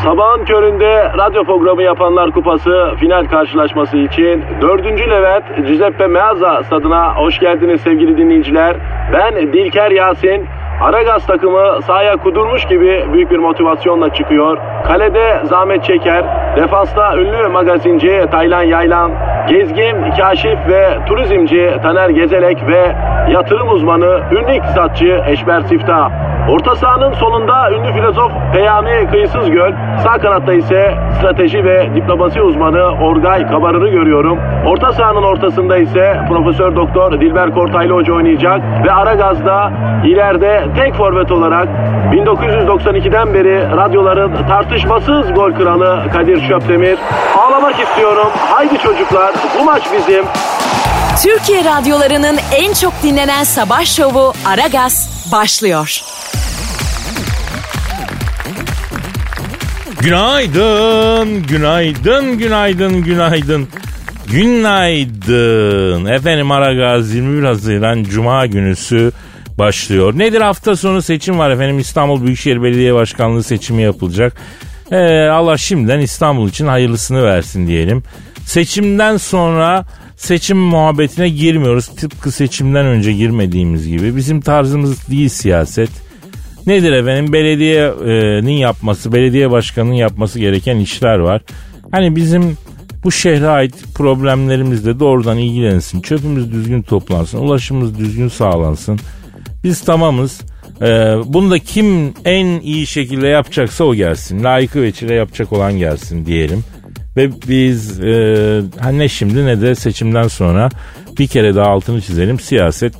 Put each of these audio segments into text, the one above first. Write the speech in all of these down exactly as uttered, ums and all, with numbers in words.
Sabahın köründe radyo programı yapanlar kupası final karşılaşması için dördüncü Levent Giuseppe Meazza stadına hoş geldiniz sevgili dinleyiciler. Ben Dilker Yasin. Aragaz takımı sahaya kudurmuş gibi büyük bir motivasyonla çıkıyor. Kalede zahmet çeker. Defansta ünlü magazinci Taylan Yaylan, gezgin, kaşif ve turizmci Taner Gezelek ve yatırım uzmanı ünlü iktisatçı Eşber Siftah. Orta sahanın solunda ünlü filozof Peyami Kıyısızgöl, sağ kanatta ise strateji ve diplomasi uzmanı Orgay Kabarır'ı görüyorum. Orta sahanın ortasında ise Profesör Doktor Dilber Kortaylı Hoca oynayacak ve Aragaz'da ileride tek forvet olarak bin dokuz yüz doksan ikiden beri radyoların tartışmasız gol kralı Kadir Şöpdemir. Ağlamak istiyorum. Haydi çocuklar, bu maç bizim. Türkiye radyolarının en çok dinlenen sabah şovu Aragaz başlıyor. Günaydın, günaydın, günaydın, günaydın, günaydın. Efendim Aragaz yirmi bir Haziran Cuma günüsü başlıyor. Nedir, hafta sonu seçim var efendim. İstanbul Büyükşehir Belediye Başkanlığı seçimi yapılacak. Ee, Allah şimdiden İstanbul için hayırlısını versin diyelim. Seçimden sonra seçim muhabbetine girmiyoruz. Tıpkı seçimden önce girmediğimiz gibi. Bizim tarzımız değil siyaset. Nedir efendim? Belediyenin yapması, belediye başkanının yapması gereken işler var. Hani bizim bu şehre ait problemlerimizle doğrudan ilgilensin. Çöpümüz düzgün toplansın. Ulaşımımız düzgün sağlansın. Biz tamamız. Ee, bunu da kim en iyi şekilde yapacaksa o gelsin. Layıkı ve çile yapacak olan gelsin diyelim. Ve biz e, ne şimdi ne de seçimden sonra bir kere daha altını çizelim. Siyaset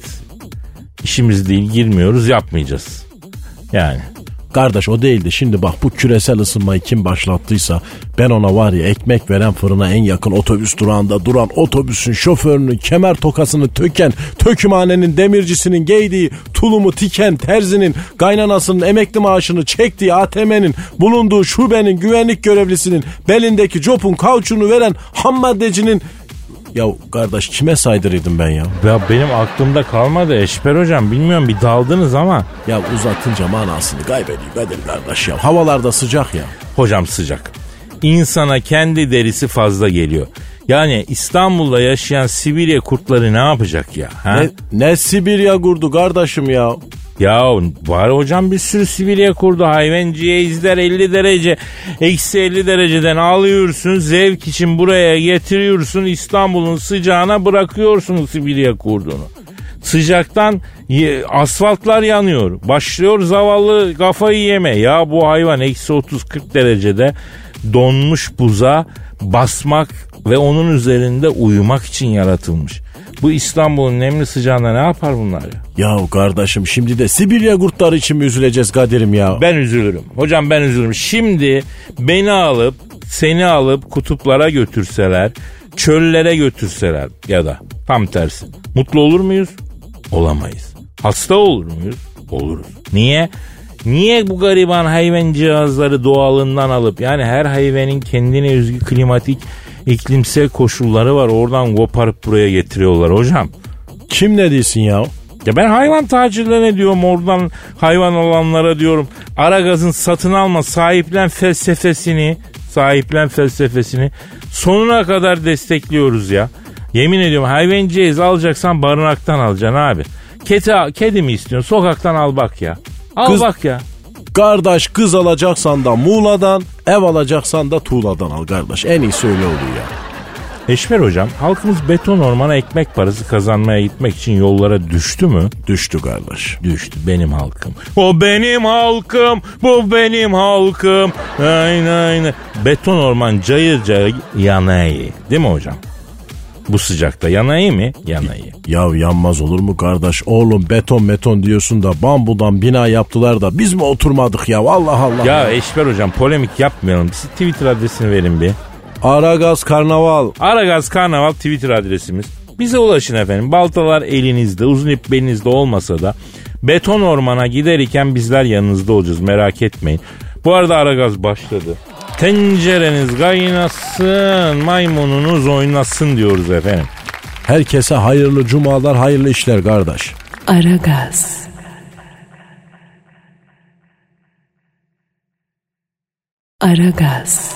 işimiz değil, girmiyoruz, yapmayacağız. Yani. Kardeş o değildi. Şimdi bak, bu küresel ısınmayı kim başlattıysa ben ona var ya, ekmek veren fırına en yakın otobüs durağında duran otobüsün şoförünün kemer tokasını töken, tökümhanenin demircisinin giydiği tulumu tiken terzinin kaynanasının emekli maaşını çektiği A T M'nin bulunduğu şubenin güvenlik görevlisinin belindeki copun kauçunu veren ham maddecinin... Ya kardeş kime saydırıyordum ben ya? Ya benim aklımda kalmadı Eşber hocam. Bilmiyorum, bir daldınız ama. Ya uzatınca manasını kaybediyor Kadir kardeş ya. Havalarda sıcak ya. Hocam sıcak. İnsana kendi derisi fazla geliyor. Yani İstanbul'da yaşayan Sibirya kurtları ne yapacak ya? Ha? Ne, ne Sibirya kurdu kardeşim ya? Ya var hocam, bir sürü Sibirya kurdu. Hayvancıya izler elli derece, eksi elli dereceden alıyorsun. Zevk için buraya getiriyorsun. İstanbul'un sıcağına bırakıyorsun Sibirya kurdunu. Sıcaktan asfaltlar yanıyor. Başlıyor zavallı kafayı yeme. Ya bu hayvan eksi otuz kırk derecede donmuş buza basmak ve onun üzerinde uyumak için yaratılmış. Bu İstanbul'un nemli sıcağında ne yapar bunlar ya? Ya kardeşim şimdi de Sibirya kurtları için mi üzüleceğiz Kadir'im ya? Ben üzülürüm. Hocam ben üzülürüm. Şimdi beni alıp seni alıp kutuplara götürseler, çöllere götürseler ya da tam tersi. Mutlu olur muyuz? Olamayız. Hasta olur muyuz? Oluruz. Niye? Niye bu gariban hayvan cihazları doğalından alıp, yani her hayvanın kendine özgü klimatik iklimsel koşulları var, oradan koparıp buraya getiriyorlar hocam. Kim ne diyorsun ya? Ya ben hayvan tacirlerine diyorum, oradan hayvan olanlara diyorum. Aragaz'ın satın alma, sahiplen felsefesini, sahiplen felsefesini sonuna kadar destekliyoruz ya. Yemin ediyorum, hayvancıyız, alacaksan barınaktan alacaksın abi. Kedi, kedi mi istiyorsun? Sokaktan al bak ya. Al kız, bak ya. Kardeş kız alacaksan da Muğla'dan, ev alacaksan da Tuğla'dan al kardeş. En iyisi öyle oluyor ya. Eşber hocam, halkımız beton ormana ekmek parası kazanmaya gitmek için yollara düştü mü? Düştü kardeş. Düştü. Benim halkım. O benim halkım, bu benim halkım. Aynen aynen. Beton orman cayır cayır yanayı. Değil mi hocam? Bu sıcakta yanayı mı? Yanayı. Ya yanmaz olur mu kardeş? Oğlum beton beton diyorsun da bambudan bina yaptılar da biz mi oturmadık ya? Allah Allah. Ya Eşber hocam, polemik yapmayalım. Siz Twitter adresini verin bir. Aragaz Karnaval. Aragaz Karnaval Twitter adresimiz. Bize ulaşın efendim. Baltalar elinizde, uzun ip belinizde olmasa da beton ormana giderken bizler yanınızda olacağız. Merak etmeyin. Bu arada Aragaz başladı. Tencereniz kaynasın, maymununuz oynasın diyoruz efendim. Herkese hayırlı cumalar, hayırlı işler kardeş. Aragaz. Aragaz.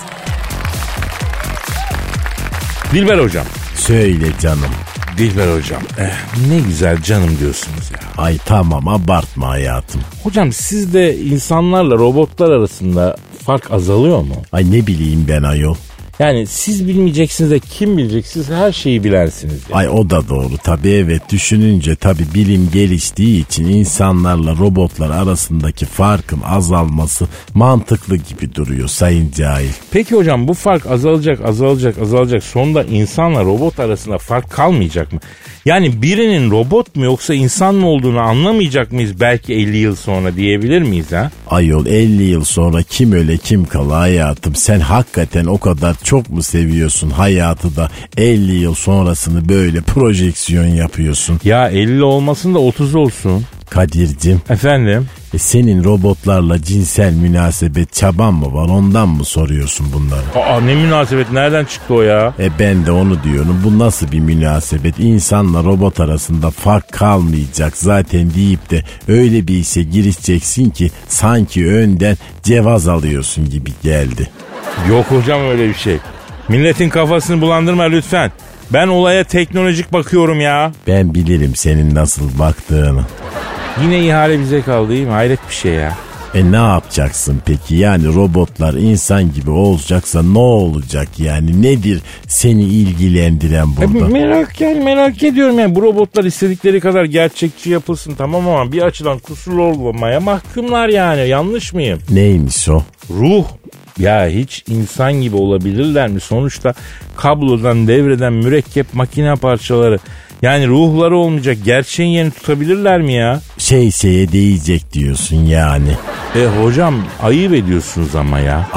Dilber hocam. Söyle canım. Dilber hocam. Eh, ne güzel canım diyorsunuz ya. Ay tamam abartma hayatım. Hocam sizde insanlarla robotlar arasında fark azalıyor mu? Ay ne bileyim ben ayol. Yani siz bilmeyeceksiniz de kim bilecek, siz her şeyi bilensiniz. Yani. Ay o da doğru tabii, evet, düşününce tabii bilim geliştiği için insanlarla robotlar arasındaki farkın azalması mantıklı gibi duruyor sayın cahil. Peki hocam bu fark azalacak azalacak azalacak, sonunda insanla robot arasında fark kalmayacak mı? Yani birinin robot mu yoksa insan mı olduğunu anlamayacak mıyız belki elli yıl sonra diyebilir miyiz ha? Ayol elli yıl sonra kim öle kim kala hayatım, sen hakikaten o kadar çok mu seviyorsun hayatı da elli yıl sonrasını böyle projeksiyon yapıyorsun? Ya elli olmasın da otuz olsun. Kadir'cim. Efendim? E senin robotlarla cinsel münasebet çaban mı var, ondan mı soruyorsun bunları? Aa ne münasebet, nereden çıktı o ya? E ben de onu diyorum, bu nasıl bir münasebet, insanla robot arasında fark kalmayacak zaten deyip de öyle bir işe girişeceksin ki sanki önden cevaz alıyorsun gibi geldi. Yok hocam öyle bir şey. Milletin kafasını bulandırma lütfen. Ben olaya teknolojik bakıyorum ya. Ben bilirim senin nasıl baktığını. Yine ihale bize kaldı değil mi? Hayret bir şey ya. E ne yapacaksın peki? Yani robotlar insan gibi olacaksa ne olacak yani? Nedir seni ilgilendiren burada? E, merak yani merak ediyorum yani. Bu robotlar istedikleri kadar gerçekçi yapılsın tamam ama bir açıdan kusurlu olmaya mahkumlar yani. Yanlış mıyım? Neymiş o? Ruh. Ya hiç insan gibi olabilirler mi? Sonuçta kablodan devreden mürekkep makine parçaları. Yani ruhları olmayacak, gerçeğin yerini tutabilirler mi ya? Şey şeye değecek diyorsun yani. E hocam ayıp ediyorsunuz ama ya.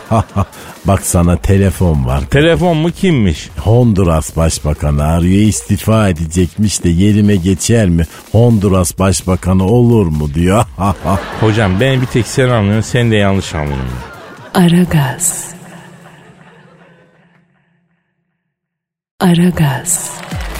Bak sana telefon var. Telefon mu, kimmiş? Honduras Başbakanı arıyor, istifa edecekmiş de yerime geçer mi? Honduras Başbakanı olur mu diyor. Hocam beni bir tek sen anlıyorsun, sen de yanlış anlıyorsun. Aragaz. Aragaz.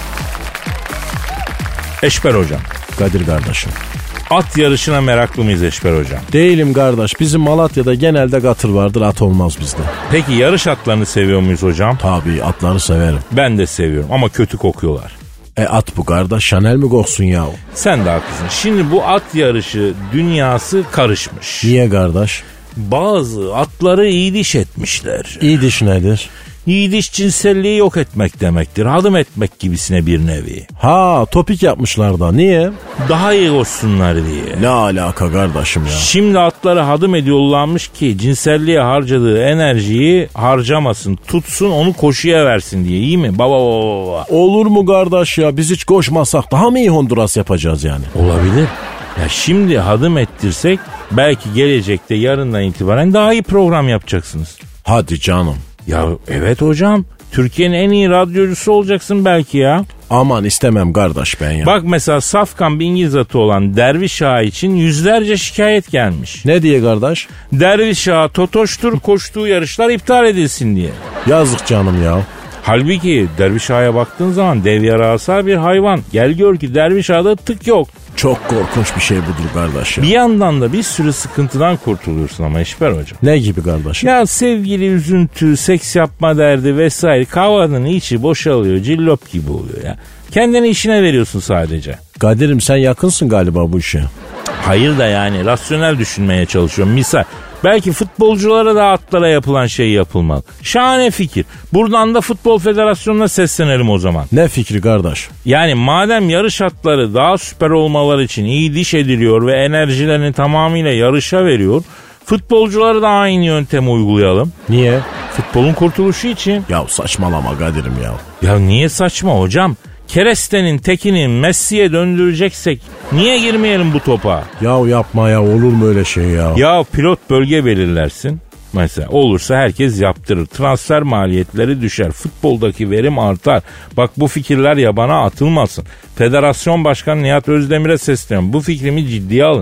Eşber hocam. Kadir kardeşim. At yarışına meraklı mıyız Eşber hocam? Değilim kardeş. Bizim Malatya'da genelde katır vardır, at olmaz bizde. Peki yarış atlarını seviyor muyuz hocam? Tabii atları severim. Ben de seviyorum ama kötü kokuyorlar. E at bu kardeş, Chanel mi koksun ya? Sen de haklısın. Şimdi bu at yarışı dünyası karışmış. Niye kardeş? Bazı atları iyi diş etmişler. İyi diş nedir? İyi diş cinselliği yok etmek demektir. Hadım etmek gibisine bir nevi. Ha topik yapmışlar da, niye? Daha iyi koşsunlar diye. Ne alaka kardeşim ya? Şimdi atları hadım ediyorlarmış ki cinselliğe harcadığı enerjiyi harcamasın, tutsun, onu koşuya versin diye, iyi mi? Baba baba baba. Olur mu kardeş ya, biz hiç koşmasak daha mı iyi Honduras yapacağız yani? Olabilir. Ya şimdi hadım ettirsek belki gelecekte yarından itibaren daha iyi program yapacaksınız. Hadi canım. Ya evet hocam. Türkiye'nin en iyi radyocusu olacaksın belki ya. Aman istemem kardeş ben ya. Bak mesela safkan bir İngiliz atı olan Derviş Ağa için yüzlerce şikayet gelmiş. Ne diye kardeş? Derviş Ağa totoştur, koştuğu yarışlar iptal edilsin diye. Yazık canım ya. Halbuki Derviş Ağa'ya baktığın zaman dev yarasa bir hayvan. Gel gör ki Derviş Ağa'da tık yok. Çok korkunç bir şey budur kardeş ya. Bir yandan da bir sürü sıkıntıdan kurtuluyorsun ama Eşber hocam. Ne gibi kardeş? Ya sevgili üzüntü, seks yapma derdi vesaire, kavanın içi boşalıyor, cillop gibi oluyor ya. Kendini işine veriyorsun sadece. Kadir'im sen yakınsın galiba bu işe. Hayır da yani rasyonel düşünmeye çalışıyorum. Misal belki futbolculara da atlara yapılan şey yapılmalı. Şahane fikir. Buradan da Futbol Federasyonu'na seslenelim o zaman. Ne fikri kardeş? Yani madem yarış atları daha süper olmaları için iyi diş ediliyor ve enerjilerini tamamıyla yarışa veriyor, futbolcuları da aynı yöntemi uygulayalım. Niye? Futbolun kurtuluşu için. Ya saçmalama Kadir'im ya. Ya niye saçma hocam? Kerestenin tekini Messi'ye döndüreceksek niye girmeyelim bu topa? Ya yapma ya, olur mu öyle şey ya? Ya pilot bölge belirlersin. Mesela olursa herkes yaptırır. Transfer maliyetleri düşer. Futboldaki verim artar. Bak bu fikirler yabana atılmasın. Federasyon Başkanı Nihat Özdemir'e sesleniyorum. Bu fikrimi ciddiye alın.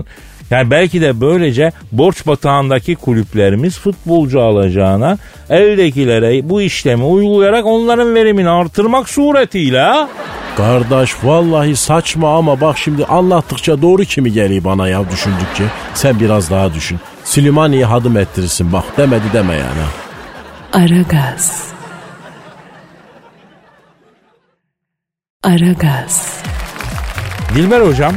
Yani belki de böylece borç batağındaki kulüplerimiz futbolcu alacağına eldekilere bu işlemi uygulayarak onların verimini artırmak suretiyle. Kardeş vallahi saçma ama bak şimdi anlattıkça doğru kimi geliyor bana ya düşündükçe. Sen biraz daha düşün. Süleymaniye'yi hadım ettirirsin bak demedi deme yani. Aragaz. Aragaz. Dilber hocam,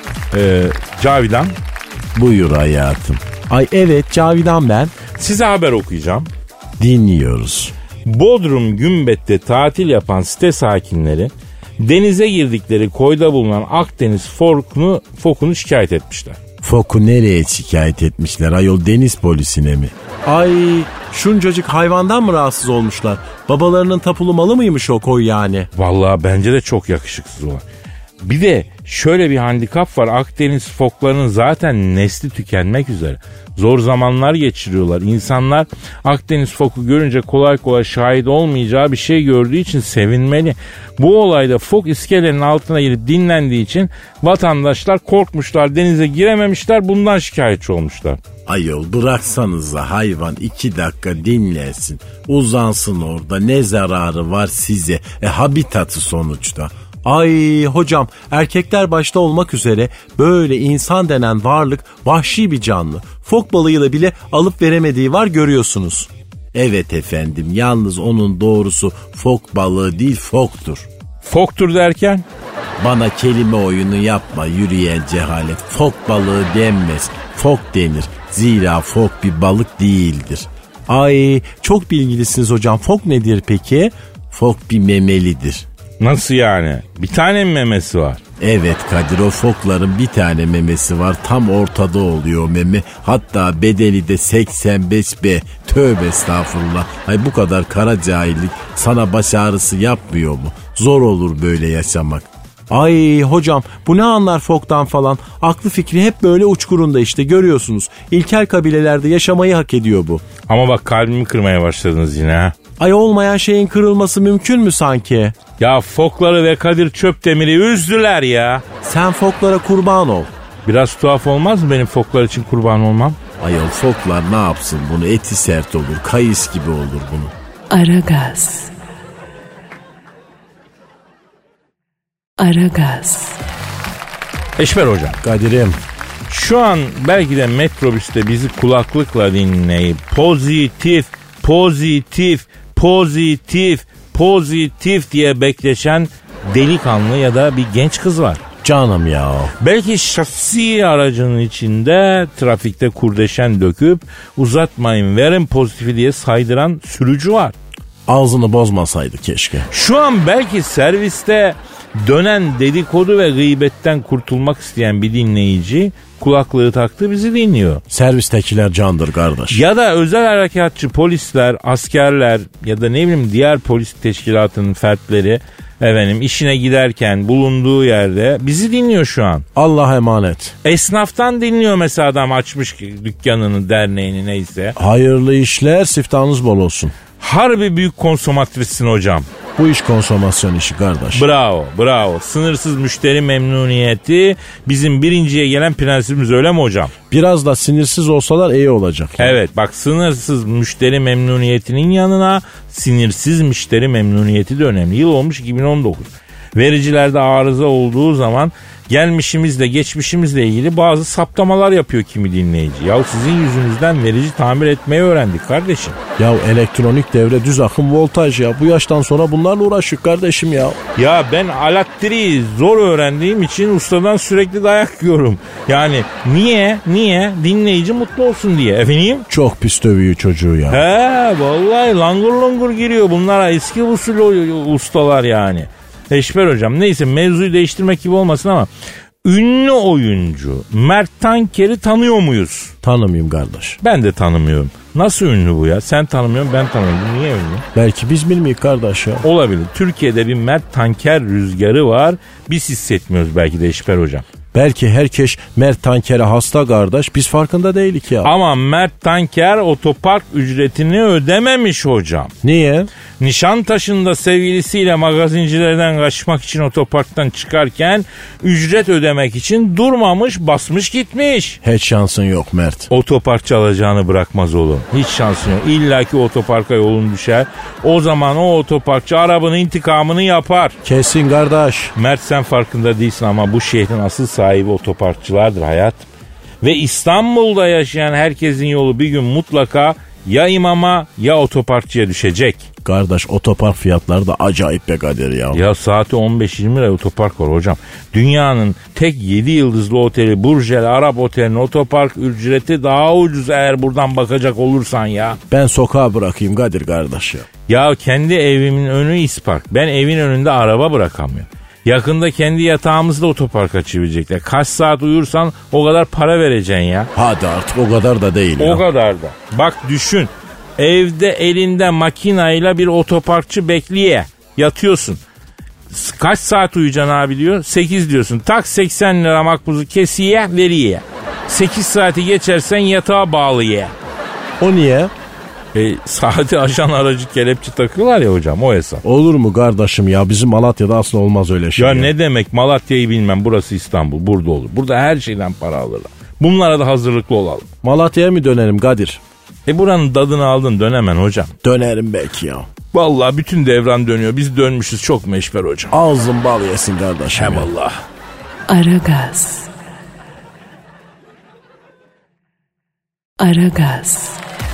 e, Cavidan. Buyur hayatım. Ay evet Cavidan ben. Size haber okuyacağım. Dinliyoruz. Bodrum Gümbet'te tatil yapan site sakinleri denize girdikleri koyda bulunan Akdeniz fokunu, fokunu şikayet etmişler. Foku nereye şikayet etmişler ayol, deniz polisine mi? Ay şuncacık hayvandan mı rahatsız olmuşlar? Babalarının tapulu malı mıymış o koy yani? Vallahi bence de çok yakışıksız olan. Bir de şöyle bir handikap var. Akdeniz foklarının zaten nesli tükenmek üzere. Zor zamanlar geçiriyorlar. İnsanlar Akdeniz foku görünce kolay kolay şahit olmayacağı bir şey gördüğü için sevinmeli. Bu olayda fok iskelenin altına girip dinlendiği için vatandaşlar korkmuşlar, denize girememişler, bundan şikayetçi olmuşlar. Ayol bıraksanıza hayvan iki dakika dinlensin. Uzansın orada, ne zararı var size? E habitatı sonuçta. Ay hocam, erkekler başta olmak üzere böyle insan denen varlık vahşi bir canlı. Fok balığıyla bile alıp veremediği var, görüyorsunuz. Evet efendim, yalnız onun doğrusu fok balığı değil foktur. Foktur derken? Bana kelime oyunu yapma yürüyen cehalet. Fok balığı denmez, fok denir. Zira fok bir balık değildir. Ay çok bilgilisiniz hocam. Fok nedir peki? Fok bir memelidir. Nasıl yani? Bir tane mi memesi var? Evet Kadir, o fokların bir tane memesi var. Tam ortada oluyor o meme. Hatta bedeli de seksen beş B. Tövbe estağfurullah. Ay bu kadar kara cahillik sana baş ağrısı yapmıyor mu? Zor olur böyle yaşamak. Ay hocam bu ne anlar foktan falan? Aklı fikri hep böyle uçkurunda işte, görüyorsunuz. İlkel kabilelerde yaşamayı hak ediyor bu. Ama bak kalbimi kırmaya başladınız yine ha. Ay olmayan şeyin kırılması mümkün mü sanki? Ya fokları ve Kadir Çöpdemir'i üzdüler ya. Sen foklara kurban ol. Biraz tuhaf olmaz mı benim foklar için kurban olmam? Ayol foklar ne yapsın bunu, eti sert olur, kayıs gibi olur bunu. Aragaz. Aragaz. Eşber hocam. Kadir'im. Şu an belki de metrobüste bizi kulaklıkla dinleyip pozitif, pozitif, pozitif, pozitif diye bekleşen delikanlı ya da bir genç kız var. Canım ya. Belki şahsi aracının içinde trafikte kurdeşen döküp uzatmayın verin pozitifi diye saydıran sürücü var. Ağzını bozmasaydı keşke. Şu an belki serviste dönen dedikodu ve gıybetten kurtulmak isteyen bir dinleyici kulaklığı taktı, bizi dinliyor. Servistekiler candır kardeş. Ya da özel harekatçı polisler, askerler ya da ne bileyim diğer polis teşkilatının fertleri efendim işine giderken bulunduğu yerde bizi dinliyor şu an. Allah'a emanet. Esnaftan dinliyor mesela, adam açmış dükkanını, derneğini neyse. Hayırlı işler, siftahınız bol olsun. Harbi büyük konsomatrissin hocam. Bu iş konsomasyon işi kardeş. Bravo, bravo. Sınırsız müşteri memnuniyeti bizim birinciye gelen prensibimiz, öyle mi hocam? Biraz da sinirsiz olsalar iyi olacak. Yani. Evet, bak sınırsız müşteri memnuniyetinin yanına sinirsiz müşteri memnuniyeti de önemli. Yıl olmuş iki bin on dokuz. Vericilerde arıza olduğu zaman gelmişimizle geçmişimizle ilgili bazı saptamalar yapıyor kimi dinleyici. Ya sizin yüzünüzden verici tamir etmeyi öğrendik kardeşim. Ya elektronik devre, düz akım, voltaj ya. Bu yaştan sonra bunlarla uğraşık kardeşim ya. Ya ben elektriği zor öğrendiğim için ustadan sürekli dayak yiyorum. Yani niye? Niye? Dinleyici mutlu olsun diye. Efendim? Çok pis dövüyor çocuğu ya. He vallahi langur langur giriyor bunlara, eski usul ustalar yani. Eşber hocam, neyse mevzuyu değiştirmek gibi olmasın ama ünlü oyuncu Mert Tanker'i tanıyor muyuz? Tanımıyorum kardeş. Ben de tanımıyorum. Nasıl ünlü bu ya? Sen tanımıyorsun, ben tanımıyorum. Niye ünlü? Belki biz bilmiyoruz kardeş ya. Olabilir. Türkiye'de bir Mert Tanker rüzgarı var. Biz hissetmiyoruz belki de Eşber hocam. Belki herkes Mert Tanker'e hasta kardeş. Biz farkında değilik ya. Ama Mert Tanker otopark ücretini ödememiş hocam. Niye? Nişantaşı'nda sevgilisiyle magazincilerden kaçmak için otoparktan çıkarken ücret ödemek için durmamış, basmış gitmiş. Hiç şansın yok Mert. Otoparkçı alacağını bırakmaz oğlum. Hiç şansın yok. İlla ki otoparka yolun düşer. O zaman o otoparkçı arabanın intikamını yapar. Kesin kardeş. Mert, sen farkında değilsin ama bu şehrin asıl sahibi otoparkçılardır hayat. Ve İstanbul'da yaşayan herkesin yolu bir gün mutlaka ya imama ya otoparkçıya düşecek. Kardeş, otopark fiyatları da acayip be Kadir ya. Ya saati on beş yirmi lira otopark var hocam. Dünyanın tek yedi yıldızlı oteli Burjel Arap Oteli'nin otopark ücreti daha ucuz eğer buradan bakacak olursan ya. Ben sokağa bırakayım Kadir kardeş ya. Ya kendi evimin önü ispark. Ben evin önünde araba bırakamıyorum. Yakında kendi yatağımızda otoparka çevirecekler. Kaç saat uyursan o kadar para vereceksin ya. Hadi artık, o kadar da değil ya. O kadar da. Bak düşün. Evde elinde makinayla bir otoparkçı bekliye. Yatıyorsun. Kaç saat uyuyacaksın abi diyor. sekiz diyorsun. Tak seksen lira makbuzu kesiye veriye. sekiz saati geçersen yatağa bağlı ye. O niye? E, saati aşan aracı kelepçe takıyorlar ya hocam, o hesap. Olur mu kardeşim ya, bizim Malatya'da asla olmaz öyle şey. Ya, ya ne demek, Malatya'yı bilmem, burası İstanbul, burada olur. Burada her şeyden para alırlar. Bunlara da hazırlıklı olalım. Malatya'ya mı dönelim Kadir? E buranın dadını aldın, dönemen hocam. Dönerim belki ya. Vallahi bütün devran dönüyor, biz dönmüşüz, çok meşber hocam. Ağzın bal yesin kardeşim. He vallahi. Aragaz. Aragaz.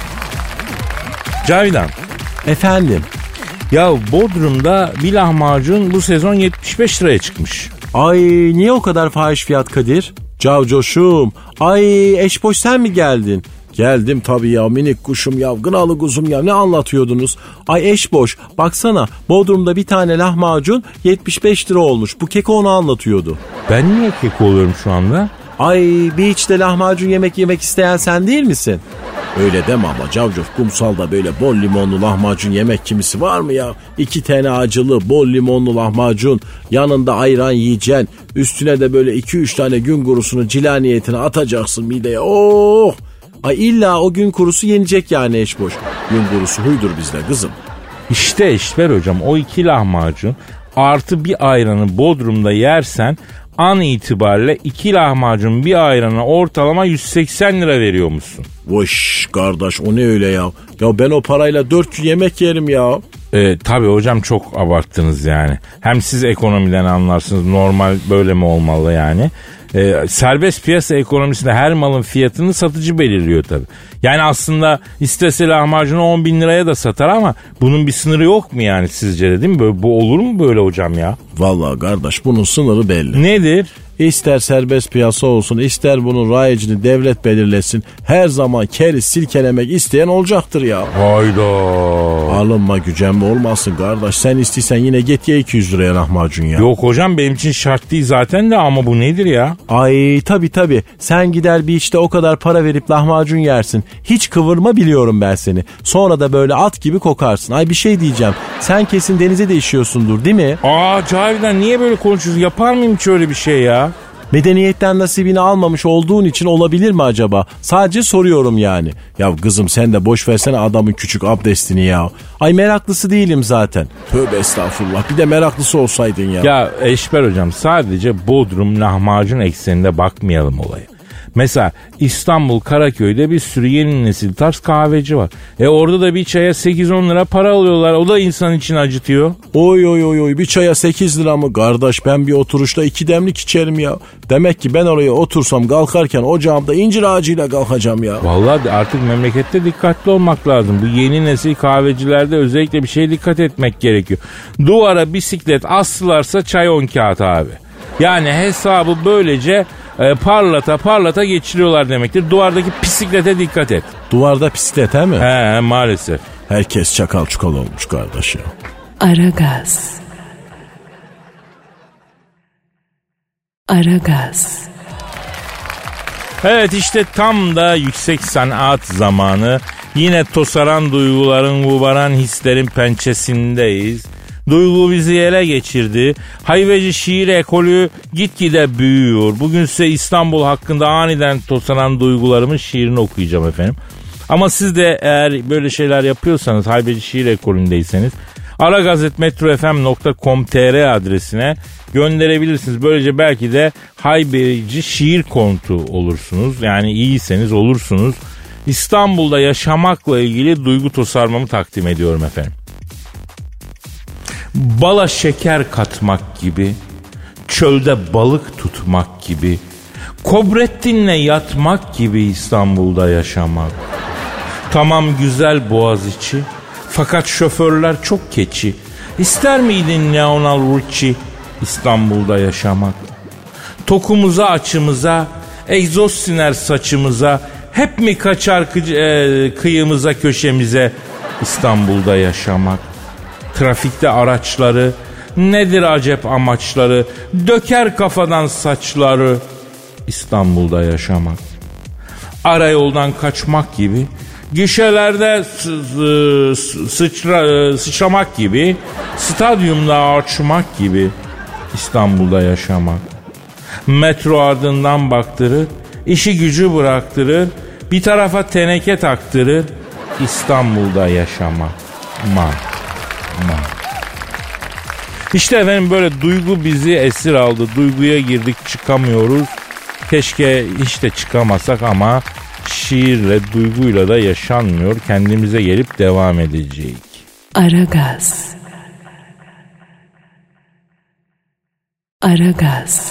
Cavidan. Efendim? Ya Bodrum'da bir lahmacun bu sezon yetmiş beş liraya çıkmış. Ay niye o kadar fahiş fiyat Kadir? Cavcoşum. Ay eşboş, sen mi geldin? Geldim tabii ya, minik kuşum ya, gınalı kuzum ya, ne anlatıyordunuz? Ay eşboş, baksana Bodrum'da bir tane lahmacun yetmiş beş lira olmuş. Bu keko onu anlatıyordu. Ben niye keko oluyorum şu anda? Ay beach'te lahmacun yemek yemek isteyen sen değil misin? Öyle deme ama Cavcof, kumsalda böyle bol limonlu lahmacun yemek kimisi var mı ya? İki tane acılı bol limonlu lahmacun, yanında ayran yiyeceksin, üstüne de böyle iki üç tane gün kurusunu cila niyetine atacaksın mideye. Oh! Ay illa o gün kurusu yenecek yani eşboş. Gün kurusu huydur bizde kızım. İşte Eşber hocam, o iki lahmacun artı bir ayranı Bodrum'da yersen an itibariyle iki lahmacun bir ayrana ortalama yüz seksen lira veriyormuşsun. Voş kardeş, o ne öyle ya? Ya ben o parayla dört gün yemek yerim ya. Ee, tabii hocam, çok abarttınız yani. Hem siz ekonomiden anlarsınız, normal böyle mi olmalı yani. Ee, serbest piyasa ekonomisinde her malın fiyatını satıcı belirliyor tabii. Yani aslında istese lahmacunu on bin liraya da satar ama bunun bir sınırı yok mu yani sizce de, değil mi? Böyle, bu olur mu böyle hocam ya? Vallahi kardeş, bunun sınırı belli. Nedir? İster serbest piyasa olsun, ister bunun rayicini devlet belirlesin, her zaman keri silkelemek isteyen olacaktır ya. Hayda. Alınma gücenme olmasın kardeş, sen istiyorsan yine git ye iki yüz liraya lahmacun ya. Yok hocam, benim için şart değil zaten de, ama bu nedir ya? Ay tabi tabi, sen gider bir işte o kadar para verip lahmacun yersin, hiç kıvırma biliyorum ben seni, sonra da böyle at gibi kokarsın. Ay bir şey diyeceğim, sen kesin denize de işiyorsundur değil mi? Aa Cavidan, niye böyle konuşuyorsun, yapar mıyım hiç öyle bir şey ya? Medeniyetten nasibini almamış olduğun için olabilir mi acaba? Sadece soruyorum yani. Ya kızım sen de boş versene adamın küçük abdestini ya. Ay meraklısı değilim zaten. Tövbe estağfurullah, bir de meraklısı olsaydın ya. Ya Eşber hocam, sadece Bodrum lahmacun ekseninde bakmayalım olaya. Mesela İstanbul Karaköy'de bir sürü yeni nesil tarz kahveci var. E orada da bir çaya sekiz on lira para alıyorlar. O da insan için acıtıyor. Oy oy oy oy, bir çaya sekiz lira mı? Kardeş ben bir oturuşta iki demlik içerim ya. Demek ki ben oraya otursam kalkarken ocağımda incir ağacıyla kalkacağım ya. Vallahi artık memlekette dikkatli olmak lazım. Bu yeni nesil kahvecilerde özellikle bir şeye dikkat etmek gerekiyor. Duvara bisiklet astılarsa çay on kağıt abi. Yani hesabı böylece e, parlata parlata geçiriyorlar demektir. Duvardaki bisiklete dikkat et. Duvarda bisiklet he mi? He maalesef. Herkes çakal çukal olmuş kardeş ya. Aragaz. Aragaz. Evet, işte tam da yüksek sanat zamanı. Yine tosaran duyguların, gubaran hislerin pençesindeyiz. Duygu bizi ele geçirdi. Hayveci şiir ekolü gitgide büyüyor. Bugün size İstanbul hakkında aniden tosaran duygularımın şiirini okuyacağım efendim. Ama siz de eğer böyle şeyler yapıyorsanız, hayveci şiir ekolündeyseniz aragaz et metro f m nokta com nokta t r adresine gönderebilirsiniz. Böylece belki de hayberici şiir kontu olursunuz. Yani iyiyseniz olursunuz. İstanbul'da yaşamakla ilgili duygu tosarmamı takdim ediyorum efendim. Bala şeker katmak gibi, çölde balık tutmak gibi, Kobrettin'le yatmak gibi İstanbul'da yaşamak. Tamam güzel Boğaziçi, fakat şoförler çok keçi. İster miydin Lionel Richie İstanbul'da yaşamak? Tokumuza açımıza, egzoz siner saçımıza, hep mi kaçar kı- e, kıyımıza köşemize İstanbul'da yaşamak? Trafikte araçları, nedir acep amaçları, döker kafadan saçları İstanbul'da yaşamak. Arayoldan kaçmak gibi, gişelerde sı- sı- sıçra- sıçramak gibi, stadyumda açmak gibi İstanbul'da yaşamak. Metro ardından baktırır, işi gücü bıraktırır, bir tarafa teneke taktırır İstanbul'da yaşamak. Ma. Ma. İşte efendim böyle duygu bizi esir aldı. Duyguya girdik, çıkamıyoruz. Keşke hiç de çıkamasak ama şiirle, duyguyla da yaşanmıyor. Kendimize gelip devam edeceğiz. Aragaz. Aragaz.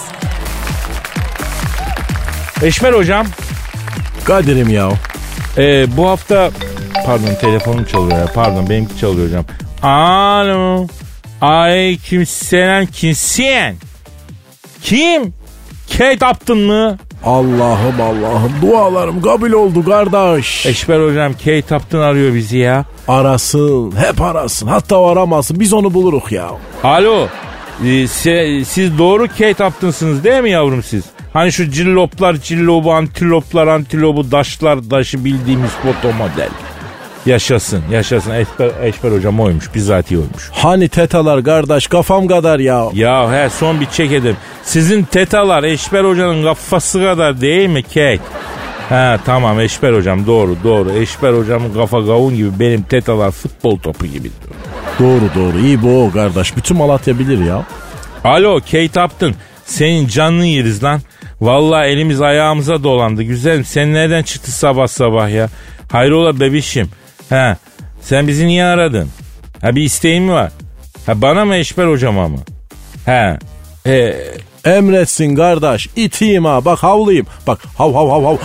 Eşmer hocam. Kadir'im ya. Ee, bu hafta pardon telefonum çalıyor ya. Pardon benimki çalıyor hocam. Alo. Aleykümselam, kimsin? Kim? Kate Upton mı? Allah'ım Allah'ım dualarım kabul oldu kardeş. Eşber hocam Kate Upton arıyor bizi ya. Arasın, hep arasın, hatta aramasın, biz onu buluruk ya. Alo. Ee, se- siz doğru Kate Upton'sınız değil mi yavrum siz? Hani şu cilloplar cillobu, antiloplar antilobu, daşlar daşı bildiğimiz foto model. Yaşasın, yaşasın. Eşber, Eşber hocam oymuş, bizatihi oymuş. Hani tetalar kardeş, kafam kadar ya. Ya he son bir çek edeyim. Sizin tetalar Eşber hocanın kafası kadar değil mi Kate? He tamam Eşber hocam doğru doğru. Eşber hocamın kafa kavun gibi, benim tetalar futbol topu gibi. Doğru doğru, iyi bu o kardeş. Bütün Malatya bilir ya. Alo Kate Upton, senin canını yeriz lan. Vallahi elimiz ayağımıza dolandı. Güzelim, sen nereden çıktı sabah sabah ya? Hayrola bebişim? He, sen bizi niye aradın? Ha bir isteğin mi var? Ha bana mı Eşber hocama mı? He. E, Emretsin kardeş, itiyim ha, bak havlayayım. Bak hav hav hav hav.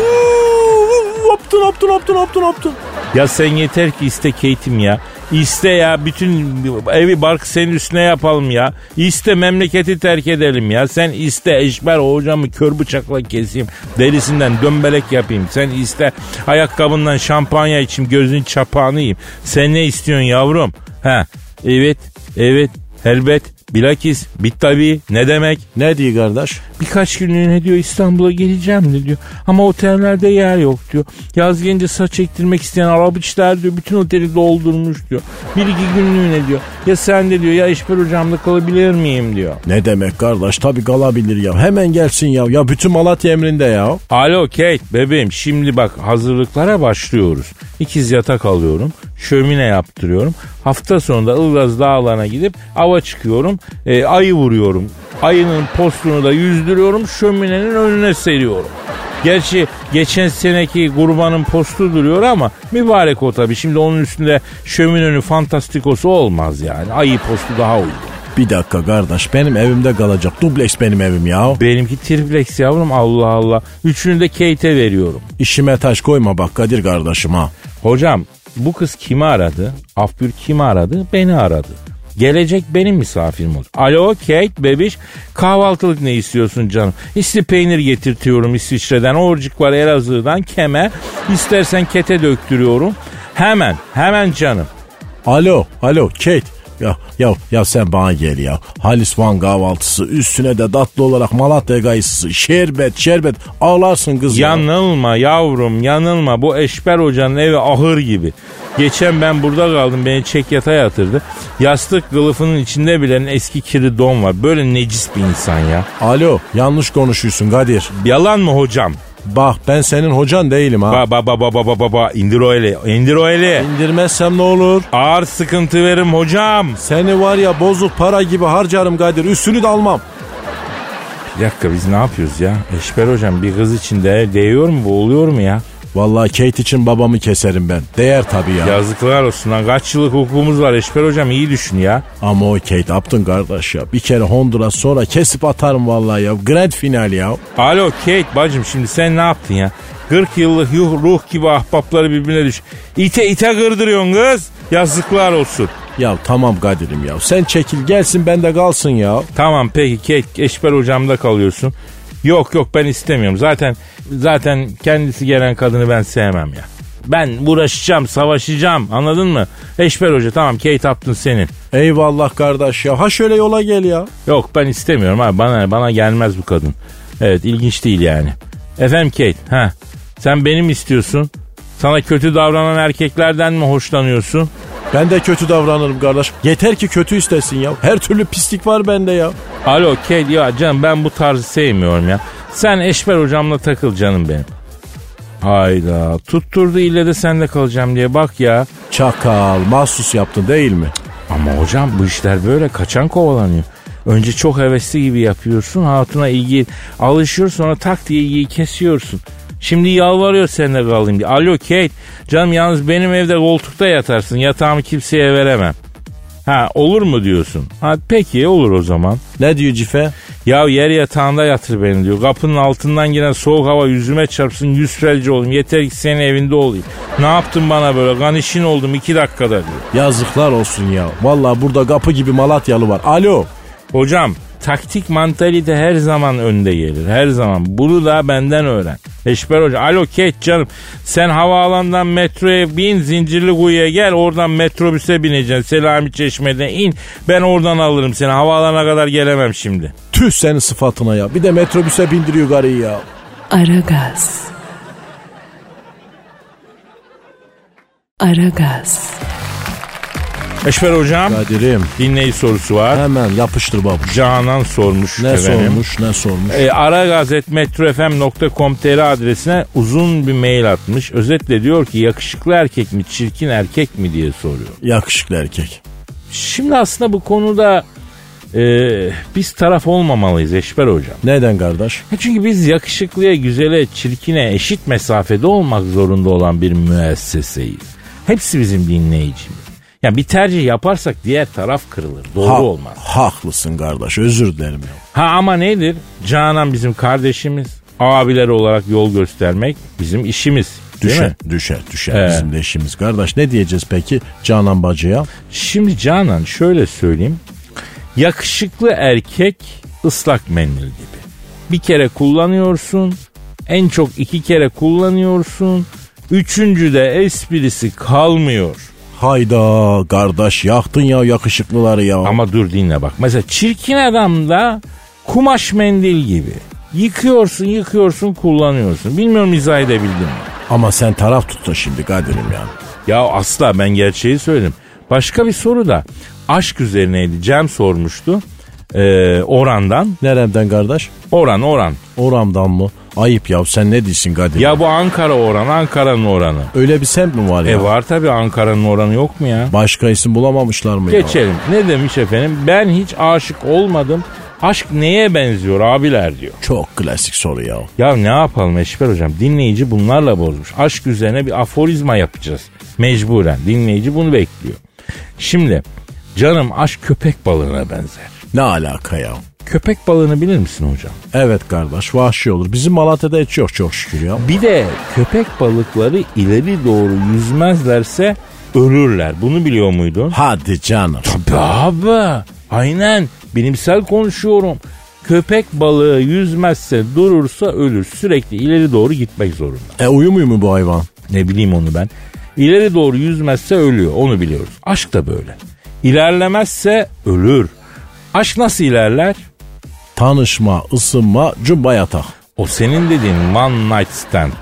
Hoptun hoptun hoptun hoptun hoptun. ya sen yeter ki iste Kate'im ya. İste ya, bütün evi barkı senin üstüne yapalım ya. İste memleketi terk edelim ya. Sen iste Eşber hocamı kör bıçakla keseyim. Derisinden dömbelek yapayım. Sen iste ayakkabından şampanya içeyim, gözün çapağını yiyeyim. Sen ne istiyorsun yavrum? Ha, evet, evet, elbet, bilakis, bit tabii, ne demek? Ne diyor kardeş? Birkaç günlüğüne diyor İstanbul'a geleceğim de diyor. Ama otellerde yer yok diyor. Yaz gelince saç ektirmek isteyen arabiçler diyor bütün oteli doldurmuş diyor. Bir iki günlüğüne diyor. Ya sen de diyor ya Eşber hocamda kalabilir miyim diyor. Ne demek kardeş, tabii kalabilir ya. Hemen gelsin ya. Ya bütün Malatya emrinde ya. Alo Kate bebeğim, şimdi bak hazırlıklara başlıyoruz. İkiz yatak alıyorum. Şömine yaptırıyorum. Hafta sonunda Ilgaz dağlarına gidip ava çıkıyorum. E, ayı vuruyorum. Ayının postunu da yüzdürüyorum. Şöminenin önüne seriyorum. Gerçi geçen seneki kurbanın postu duruyor ama mübarek o tabii. Şimdi onun üstünde şöminenin fantastikosu olmaz yani. Ayı postu daha uygun. Bir dakika kardeş, benim evimde kalacak. Dubleks benim evim ya. Benimki triplex yavrum, Allah Allah. Üçünü de Kate'e veriyorum. İşime taş koyma bak Kadir kardeşim ha. Hocam bu kız kimi aradı? Afbür kimi aradı? Beni aradı. Gelecek benim misafirim olacak. Alo Kate bebiş, kahvaltılık ne istiyorsun canım? İşte peynir getirtiyorum İsviçre'den, orcuk var Elazığ'dan, kemer. İstersen kete döktürüyorum. Hemen hemen canım. Alo alo Kate. Ya ya ya sen bana gel ya. Halis Van kahvaltısı, üstüne de tatlı olarak Malatya kayısısı, şerbet şerbet, ağlarsın kız ya. Yanılma yavrum, yanılma. Bu Eşber hocanın evi ahır gibi. Geçen ben burada kaldım, beni çek yatağa yatırdı. Yastık kılıfının içinde bile eski kiri don var. Böyle necis bir insan ya. Alo, yanlış konuşuyorsun Kadir. Yalan mı hocam? Bak ben senin hocan değilim ha. Ba ba ba ba ba ba ba indir o eli. İndir o eli. İndirmezsem ne olur? Ağır sıkıntı veririm hocam. Seni var ya bozuk para gibi harcarım Kadir. Üstünü de almam. Bir dakika biz ne yapıyoruz ya? Eşber hocam bir kız için de değiyor mu, bu oluyor mu ya? Vallahi Kate için babamı keserim ben. Değer tabii ya. Yazıklar olsun lan. Kaç yıllık hukukumuz var Eşber hocam, iyi düşün ya. Ama o Kate yaptın kardeş ya. Bir kere Honduras sonra kesip atarım vallahi ya. Grand final ya. Alo Kate bacım, şimdi sen ne yaptın ya? kırk yıllık yuh, ruh gibi ahbapları birbirine düş. İte ite kırdırıyorsun kız. Yazıklar olsun. Ya tamam Kadir'im ya. Sen çekil gelsin bende kalsın ya. Tamam peki Kate, Eşber hocamda kalıyorsun. Yok yok ben istemiyorum. Zaten zaten kendisi gelen kadını ben sevmem ya. Ben uğraşacağım, savaşacağım, anladın mı? Eşber hoca tamam, Kate Upton senin. Eyvallah kardeş ya. Ha şöyle yola gel ya. Yok ben istemiyorum abi, bana bana gelmez bu kadın. Evet, ilginç değil yani. Efendim Kate, ha sen benim istiyorsun. Sana kötü davranan erkeklerden mi hoşlanıyorsun? Ben de kötü davranırım kardeş. Yeter ki kötü istesin ya. Her türlü pislik var bende ya. Alo Kate, ya canım ben bu tarzı sevmiyorum ya. Sen Eşber hocamla takıl canım benim. Hayda, tutturdu ille de sende kalacağım diye, bak ya. Çakal, mahsus yaptın değil mi? Ama hocam bu işler böyle, kaçan kovalanıyor. Önce çok hevesli gibi yapıyorsun, hatuna ilgi alışıyor, sonra tak diye ilgiyi kesiyorsun. Şimdi yalvarıyor seninle kalayım diye. Alo Kate, canım yalnız benim evde koltukta yatarsın, yatağımı kimseye veremem. Ha olur mu diyorsun? Ha peki olur o zaman. Ne diyor Cife? Ya yer yatağında yatır beni diyor. Kapının altından giren soğuk hava yüzüme çarpsın, yüz felci olayım. Yeter ki senin evinde olayım. Ne yaptın bana böyle? Ganişin oldum iki dakikada diyor. Yazıklar olsun ya. Vallahi burada kapı gibi Malatyalı var. Alo. Hocam taktik mantalite her zaman önde gelir. Her zaman. Bunu da benden öğren. Eşber hoca. Alo Kate canım. Sen havaalanından metroya bin, Zincirlikuyu'ya gel. Oradan metrobüse bineceksin. Selami Çeşme'den in. Ben oradan alırım seni. Havaalanına kadar gelemem şimdi. Tüh senin sıfatına ya. Bir de metrobüse bindiriyor garıyı ya. Aragaz. Aragaz. Eşber hocam. Kadir'im. Dinleyici sorusu var. Hemen yapıştır babuş. Canan sormuş Ne efendim. sormuş ne sormuş. E, aragaz at metrofm nokta com nokta tr adresine uzun bir mail atmış. Özetle diyor ki yakışıklı erkek mi çirkin erkek mi diye soruyor. Yakışıklı erkek. Şimdi aslında bu konuda e, biz taraf olmamalıyız Eşber hocam. Neden kardeş? Çünkü biz yakışıklıya, güzele, çirkine eşit mesafede olmak zorunda olan bir müesseseyiz. Hepsi bizim dinleyicimiz. Yani bir tercih yaparsak diğer taraf kırılır. Doğru ha, olmaz. Haklısın kardeş, özür dilerim. Ya. Ha ama nedir? Canan bizim kardeşimiz. Abileri olarak yol göstermek bizim işimiz. Düşer, düşer, düşer. Ee. Bizim de işimiz kardeş. Ne diyeceğiz peki Canan bacıya? Şimdi Canan şöyle söyleyeyim. Yakışıklı erkek ıslak mendil gibi. Bir kere kullanıyorsun. En çok iki kere kullanıyorsun. Üçüncüde esprisi kalmıyor. Hayda kardeş, yaktın ya yakışıklıları ya. Ama dur dinle bak. Mesela çirkin adam da kumaş mendil gibi. Yıkıyorsun yıkıyorsun kullanıyorsun. Bilmiyorum izah edebildim mi? Ama sen taraf tuttun şimdi Kadir'im ya. Ya asla, ben gerçeği söyledim. Başka bir soru da aşk üzerineydi. Cem sormuştu. Ee, Oran'dan. Nereden kardeş? Oran Oran. Oran'dan mı? Ayıp ya, sen ne diyorsun Kadir? Ya bu Ankara Oran, Ankara'nın Oran'ı. Öyle bir semt mi var ya? E var tabii, Ankara'nın Oran'ı yok mu ya? Başka isim bulamamışlar mı ya? Geçelim. Ne demiş efendim? Ben hiç aşık olmadım. Aşk neye benziyor abiler diyor. Çok klasik soru ya. Ya ne yapalım Eşber hocam? Dinleyici bunlarla bozmuş. Aşk üzerine bir aforizma yapacağız. Mecburen. Dinleyici bunu bekliyor. Şimdi canım aşk köpek balığına benzer. Ne alaka ya? Köpek balığını bilir misin hocam? Evet kardeş, vahşi olur. Bizim Malatya'da hiç yok çok şükür ya. Bir de köpek balıkları ileri doğru yüzmezlerse ölürler. Bunu biliyor muydun? Hadi canım. Tabii abi. Aynen. Bilimsel konuşuyorum. Köpek balığı yüzmezse, durursa ölür. Sürekli ileri doğru gitmek zorunda. E uyumuyor mu bu hayvan? Ne bileyim onu ben. İleri doğru yüzmezse ölüyor. Onu biliyoruz. Aşk da böyle. İlerlemezse ölür. Aşk nasıl ilerler? Tanışma, ısınma, cumba yatak. O senin dediğin one night stand.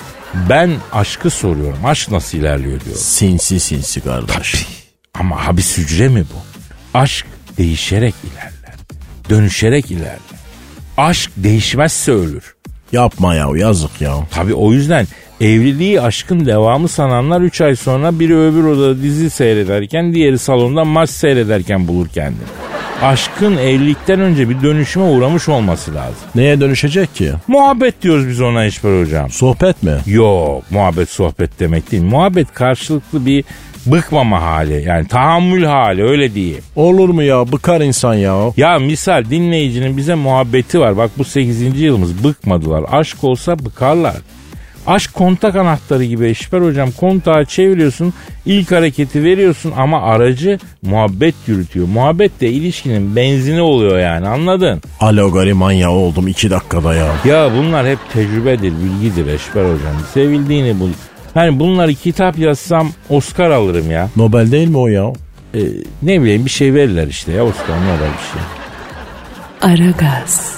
Ben aşkı soruyorum. Aşk nasıl ilerliyor diyor. Sinsi sinsi kardeş. Tabii. Ama habis hücre mi bu? Aşk değişerek ilerler. Dönüşerek ilerler. Aşk değişmezse ölür. Yapma ya, yazık ya. Tabii o yüzden evliliği aşkın devamı sananlar üç ay sonra biri öbür odada dizi seyrederken diğeri salonda maç seyrederken bulur kendini. Aşkın evlilikten önce bir dönüşüme uğramış olması lazım. Neye dönüşecek ki? Muhabbet diyoruz biz ona Eşber hocam. Sohbet mi? Yok, muhabbet sohbet demek değil. Muhabbet karşılıklı bir bıkmama hali, yani tahammül hali, öyle diyeyim. Olur mu ya, bıkar insan ya. Ya misal dinleyicinin bize muhabbeti var. Bak bu sekizinci yılımız, bıkmadılar. Aşk olsa bıkarlar. Aşk kontak anahtarı gibi Eşber hocam. Kontağı çeviriyorsun, ilk hareketi veriyorsun ama aracı muhabbet yürütüyor. Muhabbet de ilişkinin benzini oluyor yani, anladın? Alegori manyağı oldum iki dakikada ya. Ya bunlar hep tecrübedir, bilgidir Eşber hocam. Sevildiğini bul. Hani bunları kitap yazsam Oscar alırım ya. Nobel değil mi o ya? Ee, ne bileyim bir şey verirler işte ya, Oscar ne kadar bir şey. Aragaz.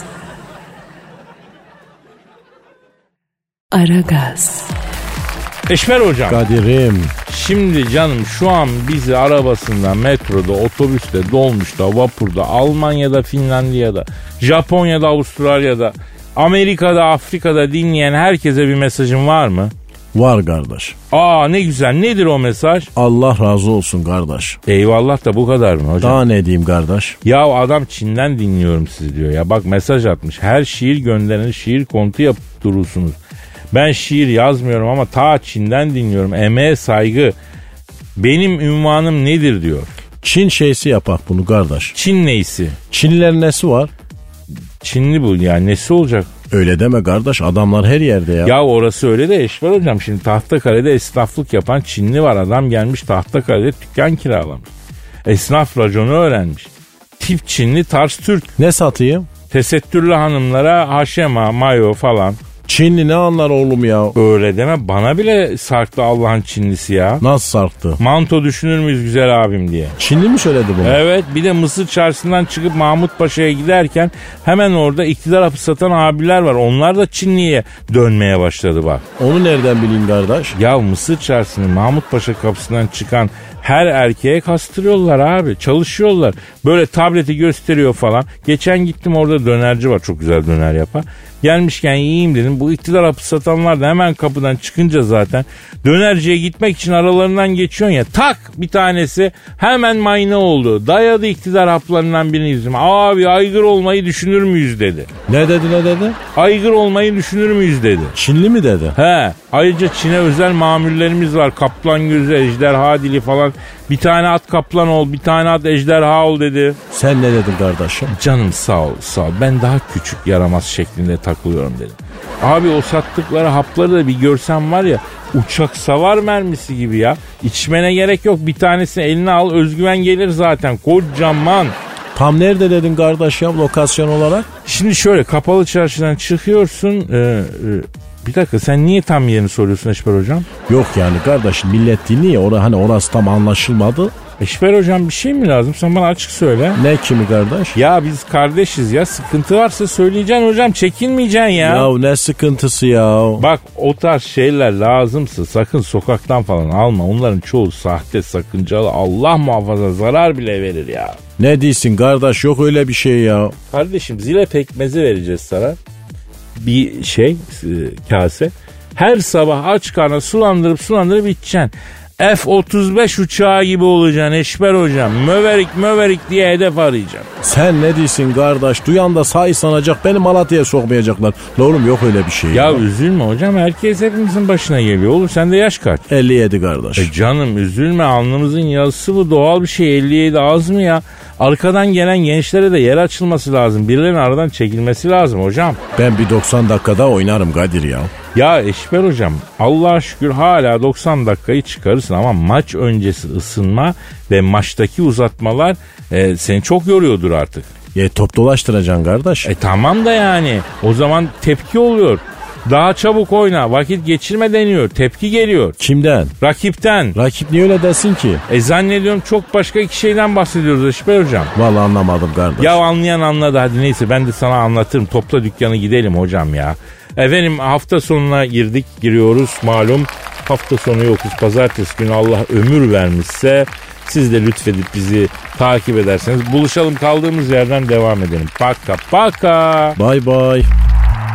Aragaz. Eşber hocam. Kadir'im. Şimdi canım şu an bizi arabasında, metroda, otobüste, dolmuşta, vapurda, Almanya'da, Finlandiya'da, Japonya'da, Avustralya'da, Amerika'da, Afrika'da dinleyen herkese bir mesajın var mı? Var kardeş. Aa ne güzel, nedir o mesaj? Allah razı olsun kardeş. Eyvallah da bu kadar mı hocam? Daha ne diyeyim kardeş? Ya adam Çin'den dinliyorum sizi diyor ya. Bak mesaj atmış. Her şiir göndereni şiir kontu yapıp durursunuz. Ben şiir yazmıyorum ama ta Çin'den dinliyorum. Emeğe saygı. Benim ünvanım nedir diyor. Çin şeysi yapak bunu kardeş. Çin neysi? Çinlilerin nesi var? Çinli bu yani, nesi olacak? Öyle deme kardeş, adamlar her yerde ya. Ya orası öyle de Eşber hocam. Şimdi Tahtakale'de esnaflık yapan Çinli var. Adam gelmiş Tahtakale'de dükkan kiralamış. Esnaf raconu öğrenmiş. Tip Çinli, tarz Türk. Ne satayım? Tesettürlü hanımlara haşema, mayo falan. Çinli ne anlar oğlum ya? Öyle deme, bana bile sarktı Allah'ın Çinlisi ya. Nasıl sarktı? Manto düşünür müyüz güzel abim diye. Çinli mi söyledi bunu? Evet, bir de Mısır çarşısından çıkıp Mahmut Paşa'ya giderken hemen orada iktidar hapı satan abiler var. Onlar da Çinli'ye dönmeye başladı bak. Onu nereden bileyim kardeş? Ya Mısır çarşısının Mahmut Paşa kapısından çıkan her erkeğe kastırıyorlar abi. Çalışıyorlar. Böyle tableti gösteriyor falan. Geçen gittim, orada dönerci var. Çok güzel döner yapar. Gelmişken yiyeyim dedim. Bu iktidar hapı satanlar da hemen kapıdan çıkınca zaten dönerciye gitmek için aralarından geçiyorsun ya. Tak bir tanesi hemen mayna oldu. Dayadı iktidar haplarından birini yüzüme. Abi aygır olmayı düşünür müyüz dedi. Ne dedi ne dedi? Aygır olmayı düşünür müyüz dedi. Çinli mi dedi? He. Ayrıca Çin'e özel mamullerimiz var. Kaplan gözü, ejderha dili falan. Bir tane at kaplan ol, bir tane at ejderha ol dedi. Sen ne dedin kardeşim? Canım sağ ol, sağ ol. Ben daha küçük yaramaz şeklinde takılıyorum dedim. Abi o sattıkları hapları da bir görsen var ya, uçak savar mermisi gibi ya. İçmene gerek yok. Bir tanesini eline al, özgüven gelir zaten. Kocaman. Tam nerede dedin kardeş ya, lokasyon olarak? Şimdi şöyle, kapalı çarşıdan çıkıyorsun. E, e, bir dakika, sen niye tam yerini soruyorsun Eşber hocam? Yok yani kardeş, millet dinliyor. Or hani orası tam anlaşılmadı. Eşber hocam bir şey mi lazım? Sen bana açık söyle. Ne kimi kardeş? Ya biz kardeşiz ya. Sıkıntı varsa söyleyeceksin hocam. Çekinmeyeceksin ya. Ya ne sıkıntısı ya? Bak o tarz şeyler lazımsa sakın sokaktan falan alma. Onların çoğu sahte, sakıncalı. Allah muhafaza zarar bile verir ya. Ne diyorsun kardeş, yok öyle bir şey ya. Kardeşim zile pekmezi vereceğiz sana. Bir şey e, kase. Her sabah aç karnına sulandırıp sulandırıp içeceksin. F otuz beş uçağı gibi olacaksın Eşber hocam. Möverik möverik diye hedef arayacaksın. Sen ne diyorsun kardeş? Duyan da sahi sanacak, beni Malatya'ya sokmayacaklar. Oğlum yok öyle bir şey. Ya, ya üzülme hocam, herkes hepimizin başına geliyor. Olur, sen de yaş kaç? elli yedi kardeş. E canım üzülme, alnımızın yazısı bu, doğal bir şey. elli yedi az mı ya? Arkadan gelen gençlere de yer açılması lazım. Birilerinin aradan çekilmesi lazım hocam. Ben bir doksan dakikada oynarım Kadir ya. Ya Eşber hocam, Allah'a şükür hala doksan dakikayı çıkarırsın ama maç öncesi ısınma ve maçtaki uzatmalar e, seni çok yoruyordur artık. Ya top dolaştıracaksın kardeş. E tamam da yani o zaman tepki oluyor. Daha çabuk oyna, vakit geçirme deniyor, tepki geliyor. Kimden? Rakipten. Rakip niye öyle desin ki? E zannediyorum çok başka iki şeyden bahsediyoruz Eşber hocam. Vallahi anlamadım kardeş. Ya anlayan anladı, hadi neyse ben de sana anlatırım. Topla dükkanı gidelim hocam ya. Efendim hafta sonuna girdik, giriyoruz malum. Hafta sonu yokuz, pazartesi günü Allah ömür vermişse siz de lütfedip bizi takip ederseniz buluşalım, kaldığımız yerden devam edelim. Paka paka. Bye bye.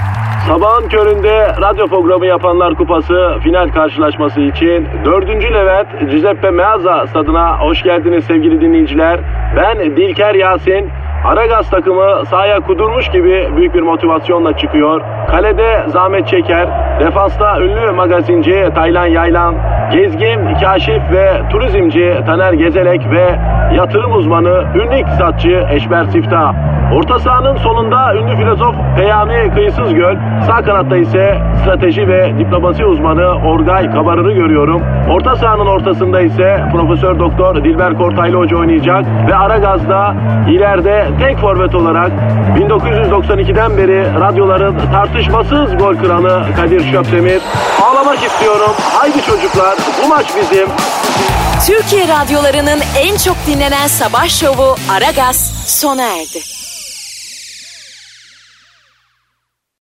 Sabahın köründe radyo programı yapanlar kupası final karşılaşması için dördüncü Levent Giuseppe Meazza stadına hoş geldiniz sevgili dinleyiciler. Ben Dilker Yasin. Aragaz takımı sahaya kudurmuş gibi büyük bir motivasyonla çıkıyor. Kalede zahmet çeker. Defansta ünlü magazinci Taylan Yaylan, gezgin, kaşif ve turizmci Taner Gezelek ve yatırım uzmanı ünlü iktisatçı Eşber Siftah. Orta sahanın solunda ünlü filozof Peyami Kıyısızgöl, sağ kanatta ise strateji ve diplomasi uzmanı Orgay Kabarır'ı görüyorum. Orta sahanın ortasında ise Profesör Doktor Dilber Kortaylı Hoca oynayacak ve Aragaz'da ileride tek forvet olarak bin dokuz yüz doksan ikiden beri radyoların tartışmasız gol kralı Kadir Şöpdemir. Ağlamak istiyorum. Haydi çocuklar, bu maç bizim. Türkiye radyolarının en çok dinlenen sabah şovu Aragaz sona erdi.